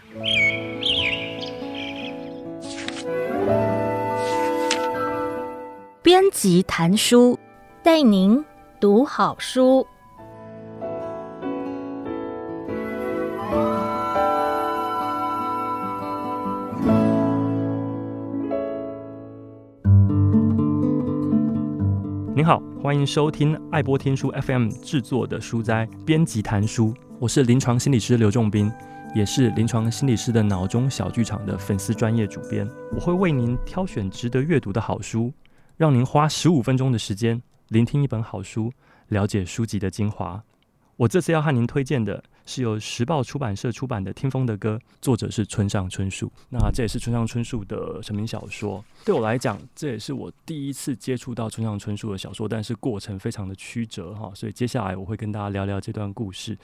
编辑谈书，带您读好书。 您好，欢迎收听爱播听书 FM 制作的书斋编辑谈书，我是临床心理师刘仲斌，也是临床心理师的脑中小剧场的粉丝专业主编。我会为您挑选值得阅读的好书，让您花15分钟的时间聆听一本好书，了解书籍的精华。我这次要和您推荐的是由时报出版社出版的《听风的歌》，作者是村上春树。那这也是村上春树的成名小说，对我来讲，这也是我第一次接触到村上春树的小说，但是过程非常的曲折哈，所以接下来我会跟大家聊聊这段故事。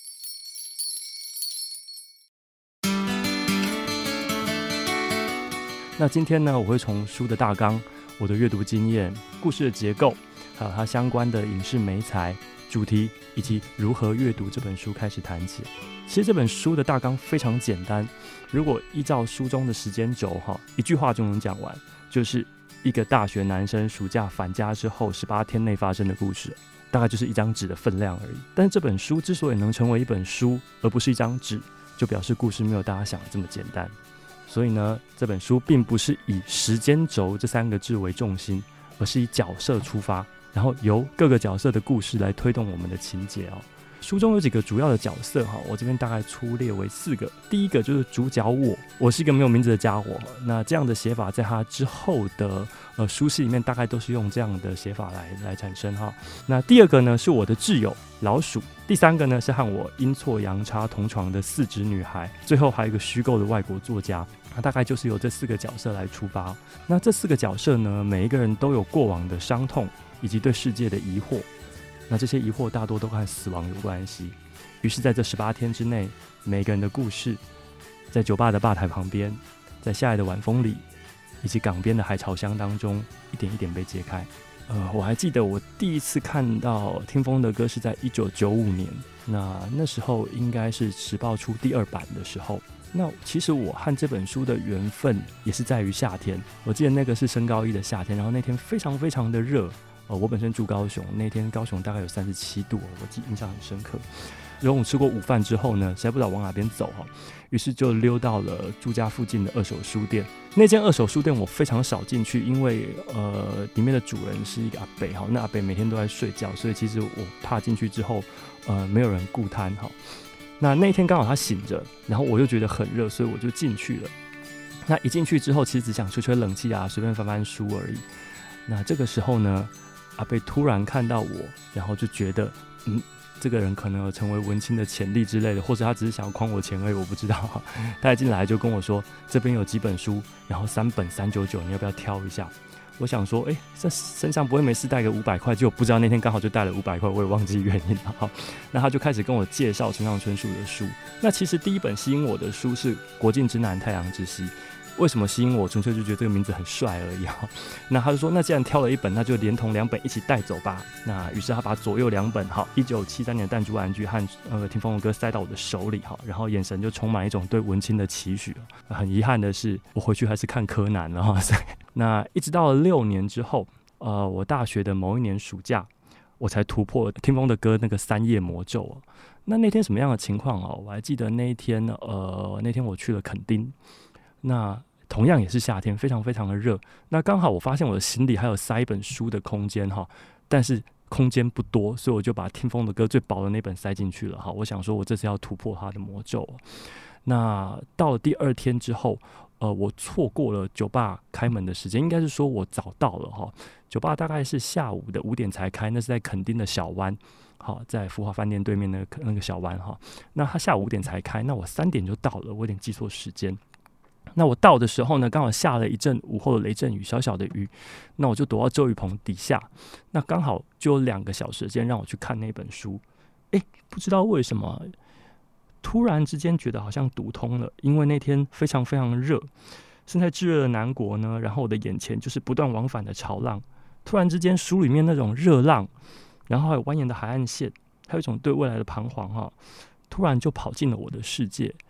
那今天呢，我会从书的大纲、我的阅读经验、故事的结构，还有它相关的影视媒材、主题以及如何阅读这本书开始谈起。其实这本书的大纲非常简单，如果依照书中的时间轴一句话就能讲完，就是一个大学男生暑假返家之后18天内发生的故事，大概就是一张纸的分量而已。但是这本书之所以能成为一本书而不是一张纸，就表示故事没有大家想的这么简单。所以呢，这本书并不是以时间轴这3个字为重心，而是以角色出发，然后由各个角色的故事来推动我们的情节哦。书中有几个主要的角色我这边大概粗列为4个。第一个就是主角我是一个没有名字的家伙，那这样的写法在他之后的书系里面大概都是用这样的写法来产生哈。那第二个呢是我的挚友老鼠，第3个呢是和我阴错阳差同床的4指女孩，最后还有一个虚构的外国作家。那大概就是由这4个角色来出发。那这4个角色呢，每一个人都有过往的伤痛以及对世界的疑惑，那这些疑惑大多都和死亡有关系。于是在这18天之内，每个人的故事在酒吧的吧台旁边，在夏夜的晚风里，以及港边的海潮香当中，一点一点被揭开。我还记得我第一次看到《听风的歌》是在1995年，那时候应该是时报出第2版的时候。那其实我和这本书的缘分也是在于夏天。我记得那个是升高1的夏天，然后那天非常非常的热。我本身住高雄，那天高雄大概有37度，我印象很深刻。然后我吃过午饭之后呢，实在不知道往哪边走于是就溜到了住家附近的二手书店。那间二手书店我非常少进去，因为里面的主人是一个阿伯那阿伯每天都在睡觉，所以其实我怕进去之后没有人顾摊那天刚好他醒着，然后我又觉得很热，所以我就进去了。那一进去之后，其实只想吹吹冷气随便翻翻书而已。那这个时候呢，阿伯突然看到我，然后就觉得这个人可能有成为文青的潜力之类的，或者他只是想要诓我钱而已，我不知道。他一进来就跟我说，这边有几本书，然后3本399，你要不要挑一下？我想说这身上不会没事带个500块，结果不知道那天刚好就带了500块，我也忘记原因了。那他就开始跟我介绍村上春树的书。那其实第一本吸引我的书是《国境之南，太阳之西》。为什么吸引我？纯粹就觉得这个名字很帅而已那他就说，那既然挑了1本，那就连同2本一起带走吧。那于是他把左右2本1973年的弹珠玩具和听风的歌塞到我的手里然后眼神就充满一种对文青的期许。很遗憾的是，我回去还是看柯南了那一直到了6年之后，我大学的某一年暑假，我才突破听风的歌那个3页魔咒那天什么样的情况我还记得那天我去了垦丁。那同样也是夏天，非常非常的热。那刚好我发现我的行李还有塞一本书的空间但是空间不多，所以我就把听风的歌最薄的那本塞进去了我想说我这次要突破它的魔咒。那到了第2天之后，我错过了酒吧开门的时间，应该是说我早到了酒吧大概是下午的5点才开，那是在垦丁的小湾。在福华饭店对面那个小湾那他下午5点才开，那我3点就到了，我有点记错时间。那我到的时候呢，刚好下了一阵午后的雷阵雨，小小的雨。那我就躲到遮雨棚底下，那刚好就有2个小时间让我去看那本书。不知道为什么，突然之间觉得好像读通了，因为那天非常非常热，身在炙热的南国呢，然后我的眼前就是不断往返的潮浪。突然之间，书里面那种热浪，然后还有蜿蜒的海岸线，还有一种对未来的彷徨突然就跑进了我的世界。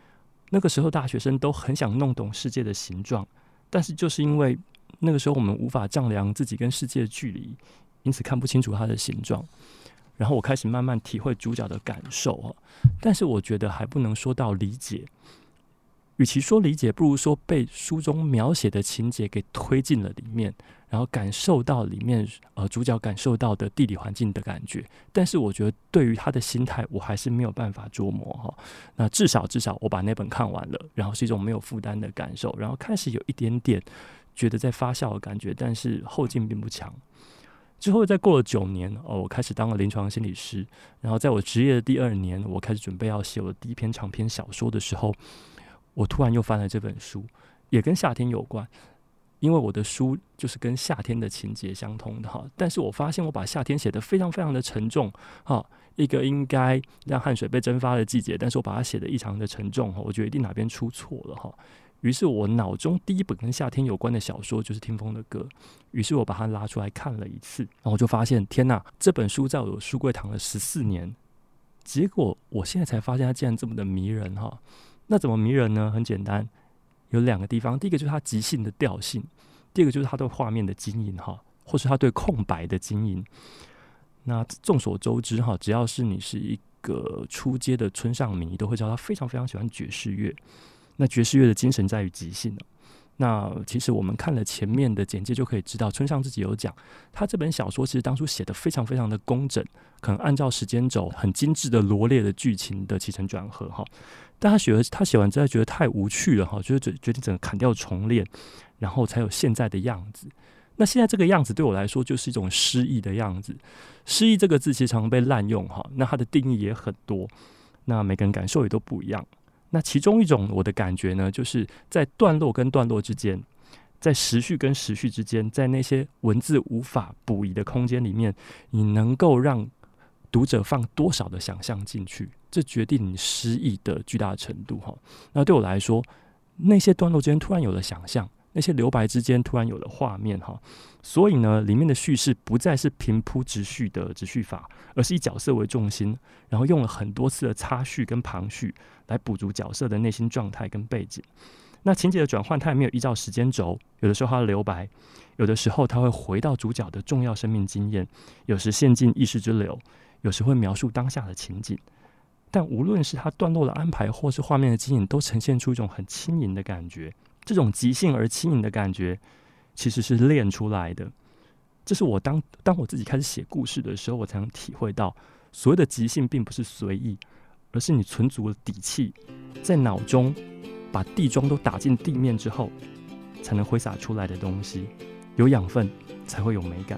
那个时候大学生都很想弄懂世界的形状，但是就是因为那个时候我们无法丈量自己跟世界的距离，因此看不清楚它的形状。然后我开始慢慢体会主角的感受，但是我觉得还不能说到理解。与其说理解，不如说被书中描写的情节给推进了里面，然后感受到里面主角感受到的地理环境的感觉。但是我觉得对于他的心态，我还是没有办法捉摸。那至少我把那本看完了，然后是一种没有负担的感受，然后开始有一点点觉得在发酵的感觉，但是后劲并不强。之后再过了9年，我开始当了临床心理师，然后在我职业的第2年，我开始准备要写我的第一篇长篇小说的时候，我突然又翻了这本书，也跟夏天有关，因为我的书就是跟夏天的情节相通的但是我发现我把夏天写得非常非常的沉重一个应该让汗水被蒸发的季节，但是我把它写得异常的沉重我觉得一定哪边出错了于是我脑中第一本跟夏天有关的小说就是听风的歌，于是我把它拉出来看了一次，然后我就发现天哪，这本书在我书柜躺了14年，结果我现在才发现它竟然这么的迷人那怎么迷人呢？很简单，有2个地方，第一个就是它即兴的调性，第二个就是它对画面的经营或是它对空白的经营。那众所周知只要是你是一个初阶的村上迷，都会知道他非常非常喜欢爵士乐。那爵士乐的精神在于即兴那其实我们看了前面的简介就可以知道，村上自己有讲，他这本小说其实当初写得非常非常的工整，可能按照时间轴很精致的罗列的剧情的起承转合但他写完之后觉得太无趣了就是决定整个砍掉重练，然后才有现在的样子。那现在这个样子对我来说就是一种诗意的样子。诗意这个字其实常常被滥用那它的定义也很多，那每个人感受也都不一样。那其中一种我的感觉呢，就是在段落跟段落之间，在时序跟时序之间，在那些文字无法补遗的空间里面，你能够让读者放多少的想象进去，这决定你诗意的巨大程度那对我来说，那些段落之间突然有了想象，那些留白之间突然有了画面所以呢，里面的叙事不再是平铺直叙的直叙法，而是以角色为重心，然后用了很多次的插叙跟旁叙来补足角色的内心状态跟背景。那情节的转换它也没有依照时间轴，有的时候它留白，有的时候它会回到主角的重要生命经验，有时陷进意识之流，有时会描述当下的情景。但无论是它段落的安排或是画面的经营，都呈现出一种很轻盈的感觉。这种即兴而轻盈的感觉其实是练出来的。这是我当我自己开始写故事的时候，我才能体会到，所谓的即兴并不是随意，而是你存足了底气，在脑中把地桩都打进地面之后，才能挥洒出来的东西，有养分才会有美感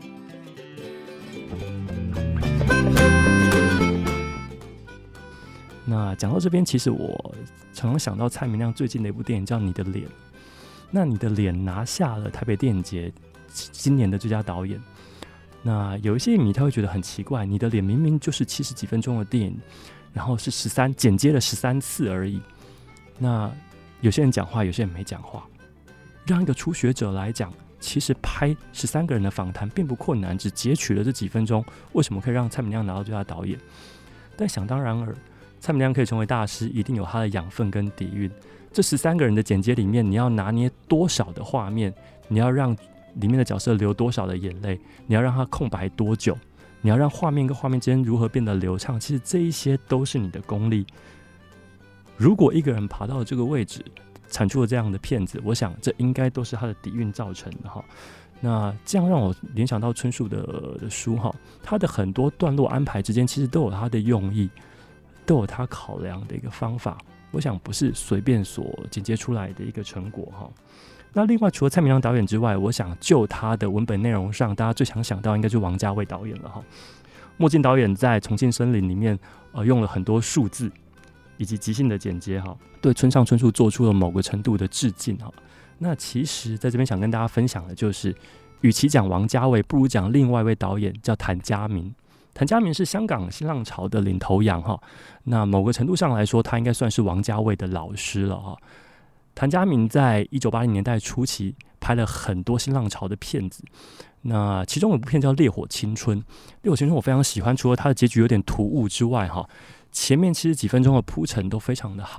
那讲到这边，其实我常常想到蔡明亮最近的一部电影叫《你的脸》。那《你的脸》拿下了台北电影节今年的最佳导演。那有一些影迷他会觉得很奇怪，《你的脸》明明就是70几分钟的电影，然后是剪接了13次而已。那有些人讲话，有些人没讲话。让一个初学者来讲，其实拍13个人的访谈并不困难，只截取了这几分钟，为什么可以让蔡明亮拿到最佳导演？但想当然尔，蔡明亮可以成为大师，一定有他的养分跟底蕴。这13个人的剪接里面，你要拿捏多少的画面，你要让里面的角色流多少的眼泪，你要让他空白多久，你要让画面跟画面之间如何变得流畅，其实这一些都是你的功力。如果一个人爬到了这个位置，产出了这样的片子，我想这应该都是他的底蕴造成的那这样让我联想到春树的书他的很多段落安排之间其实都有他的用意，都有他考量的一个方法，我想不是随便所剪接出来的一个成果那另外除了蔡明亮导演之外，我想就他的文本内容上，大家最常想到应该就是王家卫导演了墨镜导演在《重庆森林》里面用了很多数字以及即兴的剪接对村上春树做出了某个程度的致敬那其实在这边想跟大家分享的就是，与其讲王家卫，不如讲另外一位导演叫谭家明。谭家明是香港新浪潮的领头羊那某个程度上来说，他应该算是王家卫的老师了谭家明在1980年代初期拍了很多新浪潮的片子，那其中有部片叫《烈火青春》。《烈火青春》我非常喜欢，除了它的结局有点突兀之外前面其实几分钟的铺陈都非常的好，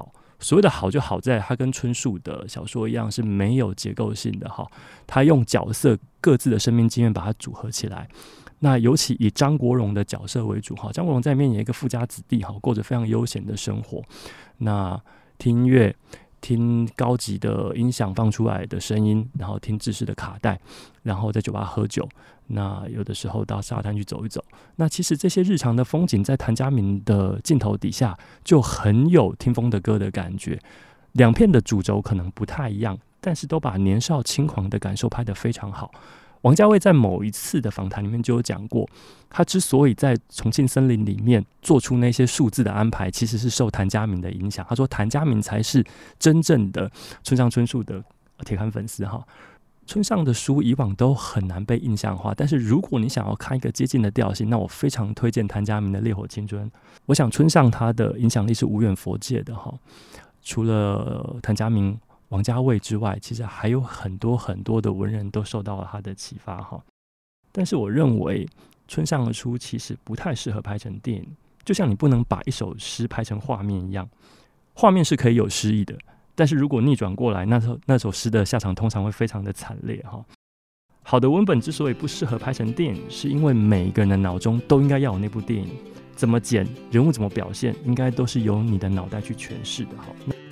所谓的好就好在它跟春树的小说一样是没有结构性的哈，它用角色各自的生命经验把它组合起来。那尤其以张国荣的角色为主哈，张国荣在里面演一个富家子弟哈，过着非常悠闲的生活。那听音乐，听高级的音响放出来的声音，然后听制式的卡带，然后在酒吧喝酒。那有的时候到沙滩去走一走。那其实这些日常的风景，在谭家明的镜头底下，就很有听风的歌的感觉。两片的主轴可能不太一样，但是都把年少轻狂的感受拍得非常好。王家卫在某一次的访谈里面就有讲过，他之所以在重庆森林里面做出那些数字的安排，其实是受谭家明的影响。他说谭家明才是真正的村上春树的铁杆粉丝哈。村上的书以往都很难被印象化，但是如果你想要看一个接近的调性，那我非常推荐谭家明的《烈火青春》。我想村上他的影响力是无远弗届的哈。除了谭家明、王家卫之外，其实还有很多很多的文人都受到了他的启发哈。但是我认为村上的书其实不太适合拍成电影，就像你不能把一首诗拍成画面一样，画面是可以有诗意的。但是如果逆转过来，那首诗的下场通常会非常的惨烈哈。好的文本之所以不适合拍成电影，是因为每一个人的脑中都应该要有那部电影，怎么剪，人物怎么表现，应该都是由你的脑袋去诠释的哈。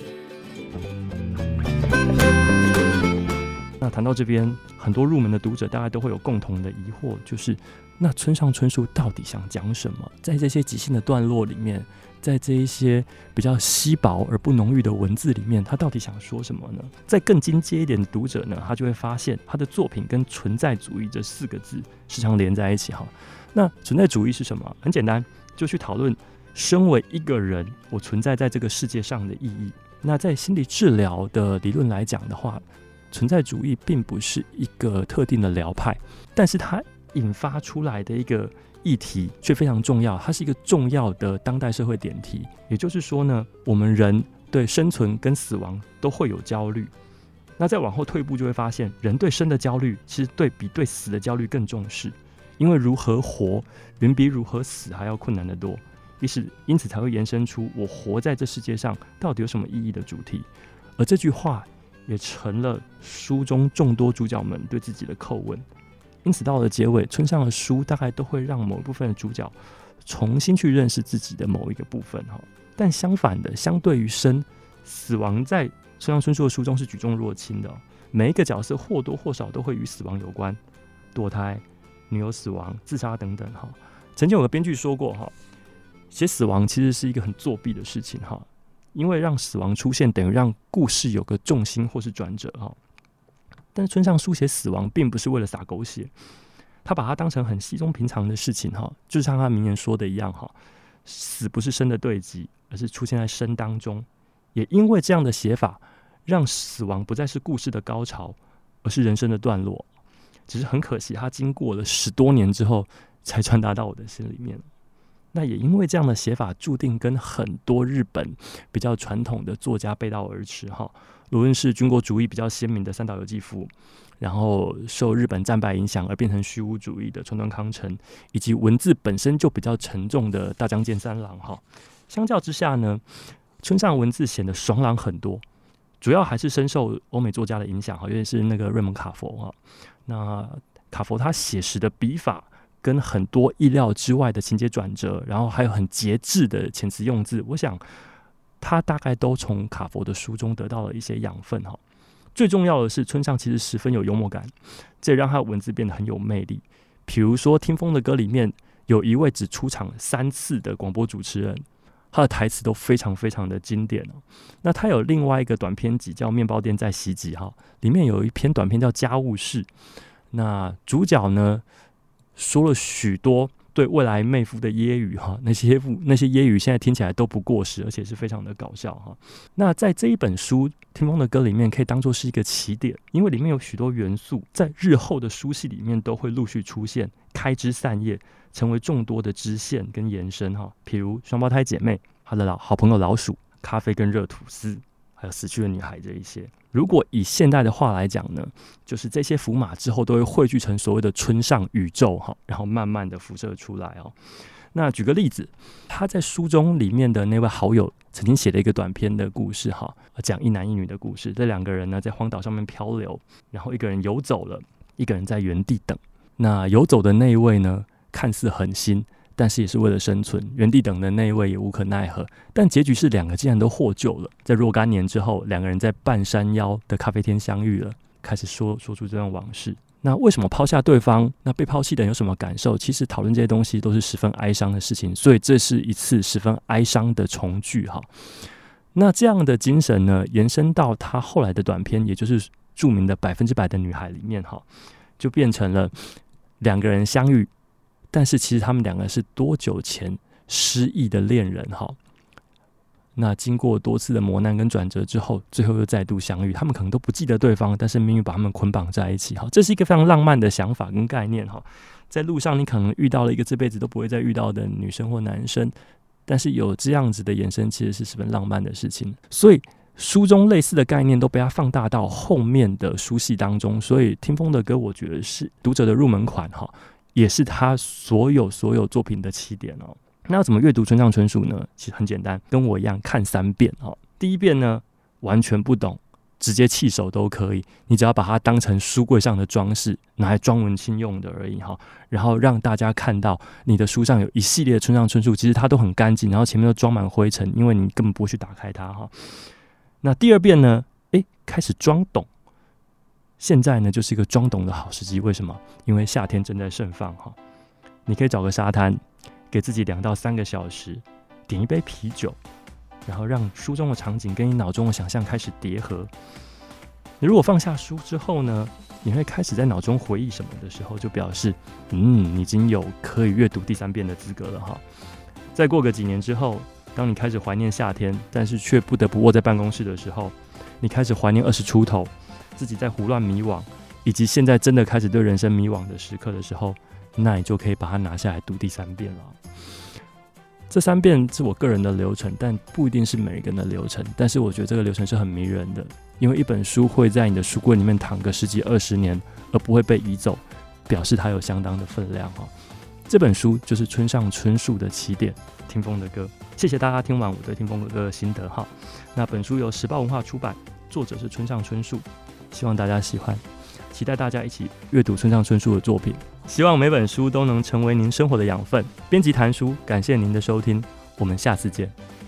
那谈到这边，很多入门的读者大概都会有共同的疑惑，就是那村上春树到底想讲什么？在这些即兴的段落里面，在这一些比较稀薄而不浓郁的文字里面，他到底想说什么呢？再更进阶一点的读者呢，他就会发现他的作品跟存在主义这4个字时常连在一起哈。那存在主义是什么？很简单，就去讨论身为一个人我存在在这个世界上的意义。那在心理治疗的理论来讲的话，存在主义并不是一个特定的疗派，但是它引发出来的一个议题却非常重要，它是一个重要的当代社会点题。也就是说呢，我们人对生存跟死亡都会有焦虑。那再往后退一步，就会发现人对生的焦虑其实比对死的焦虑更重视，因为如何活远比如何死还要困难得多。因此才会延伸出我活在这世界上到底有什么意义的主题。而这句话也成了书中众多主角们对自己的叩问。因此到了结尾，村上的书大概都会让某一部分的主角重新去认识自己的某一个部分。但相反的，相对于死亡在村上春树的书中是举重若轻的。每一个角色或多或少都会与死亡有关，堕胎、女友死亡、自杀等等。曾经有个编剧说过，写死亡其实是一个很作弊的事情，因为让死亡出现等于让故事有个重心或是转折。但是村上书写死亡并不是为了撒狗血，他把它当成很稀松平常的事情，就像他名言说的一样，死不是生的对极，而是出现在生当中。也因为这样的写法，让死亡不再是故事的高潮，而是人生的段落。只是很可惜，他经过了10多年之后才传达到我的心里面。那也因为这样的写法，注定跟很多日本比较传统的作家背道而驰。无论是军国主义比较鲜明的三岛由纪夫，然后受日本战败影响而变成虚无主义的川端康成，以及文字本身就比较沉重的大江健三郎。相较之下呢，村上文字显得爽朗很多，主要还是深受欧美作家的影响，尤其是那个瑞蒙卡佛。那卡佛他写实的笔法跟很多意料之外的情节转折，然后还有很节制的遣词用字，我想他大概都从卡佛的书中得到了一些养分。最重要的是，村上其实十分有幽默感，这也让他的文字变得很有魅力。比如说《听风的歌》里面有一位只出场3次的广播主持人，他的台词都非常非常的经典。那他有另外一个短篇集叫《面包店在袭击》，里面有一篇短篇叫《家务事》。那主角呢说了许多对未来妹夫的揶揄，那些揶揄现在听起来都不过时，而且是非常的搞笑。那在这一本书《听风的歌》里面可以当作是一个起点，因为里面有许多元素在日后的书系里面都会陆续出现，开枝散叶，成为众多的支线跟延伸。譬如双胞胎姐妹，他的好朋友老鼠、咖啡跟热吐司，还有死去的女孩这一些。如果以现代的话来讲呢，就是这些符码之后都会汇聚成所谓的村上宇宙，然后慢慢的辐射出来。 那举个例子，他在书中里面的那位好友曾经写了一个短篇的故事哈，讲一男一女的故事。这2个人呢在荒岛上面漂流，然后一个人游走了，一个人在原地等。那游走的那一位呢，看似狠心，但是也是为了生存；原地等的那一位也无可奈何。但结局是2个竟然都获救了。在若干年之后，2个人在半山腰的咖啡厅相遇了，开始说出这段往事。那为什么抛下对方？那被抛弃的人有什么感受？其实讨论这些东西都是十分哀伤的事情，所以这是一次十分哀伤的重聚哈。那这样的精神呢，延伸到他后来的短篇，也就是著名的100%的女孩里面哈，就变成了2个人相遇，但是其实他们2个是多久前失忆的恋人哈。那经过多次的磨难跟转折之后，最后又再度相遇，他们可能都不记得对方，但是命运把他们捆绑在一起。这是一个非常浪漫的想法跟概念。在路上你可能遇到了一个这辈子都不会再遇到的女生或男生，但是有这样子的延伸，其实是十分浪漫的事情。所以书中类似的概念都被它放大到后面的书系当中，所以听风的歌我觉得是读者的入门款，也是他所有作品的起点。那要怎么阅读村上春树呢？其实很简单，跟我一样看3遍。第一遍呢完全不懂，直接弃手都可以，你只要把它当成书柜上的装饰，拿来装文青用的而已。然后让大家看到你的书上有一系列的村上春树，其实它都很干净，然后前面都装满灰尘，因为你根本不会去打开它。那第2遍呢，开始装懂。现在呢就是一个装懂的好时机，为什么？因为夏天正在盛放。你可以找个沙滩，给自己2到3个小时，点一杯啤酒，然后让书中的场景跟你脑中的想象开始叠合。你如果放下书之后呢，你会开始在脑中回忆什么的时候，就表示你已经有可以阅读第3遍的资格了。再过个几年之后，当你开始怀念夏天，但是却不得不窝在办公室的时候，你开始怀念20出头自己在胡乱迷惘，以及现在真的开始对人生迷惘的时刻的时候，那你就可以把它拿下来读第3遍了。这3遍是我个人的流程，但不一定是每一个人的流程。但是我觉得这个流程是很迷人的，因为一本书会在你的书柜里面躺个10几20年，而不会被移走，表示它有相当的分量。这本书就是村上春树的起点，听风的歌。谢谢大家听完我对听风的歌的心得。那本书由时报文化出版，作者是村上春树，希望大家喜欢，期待大家一起阅读村上春树的作品。希望每本书都能成为您生活的养分。编辑谈书，感谢您的收听，我们下次见。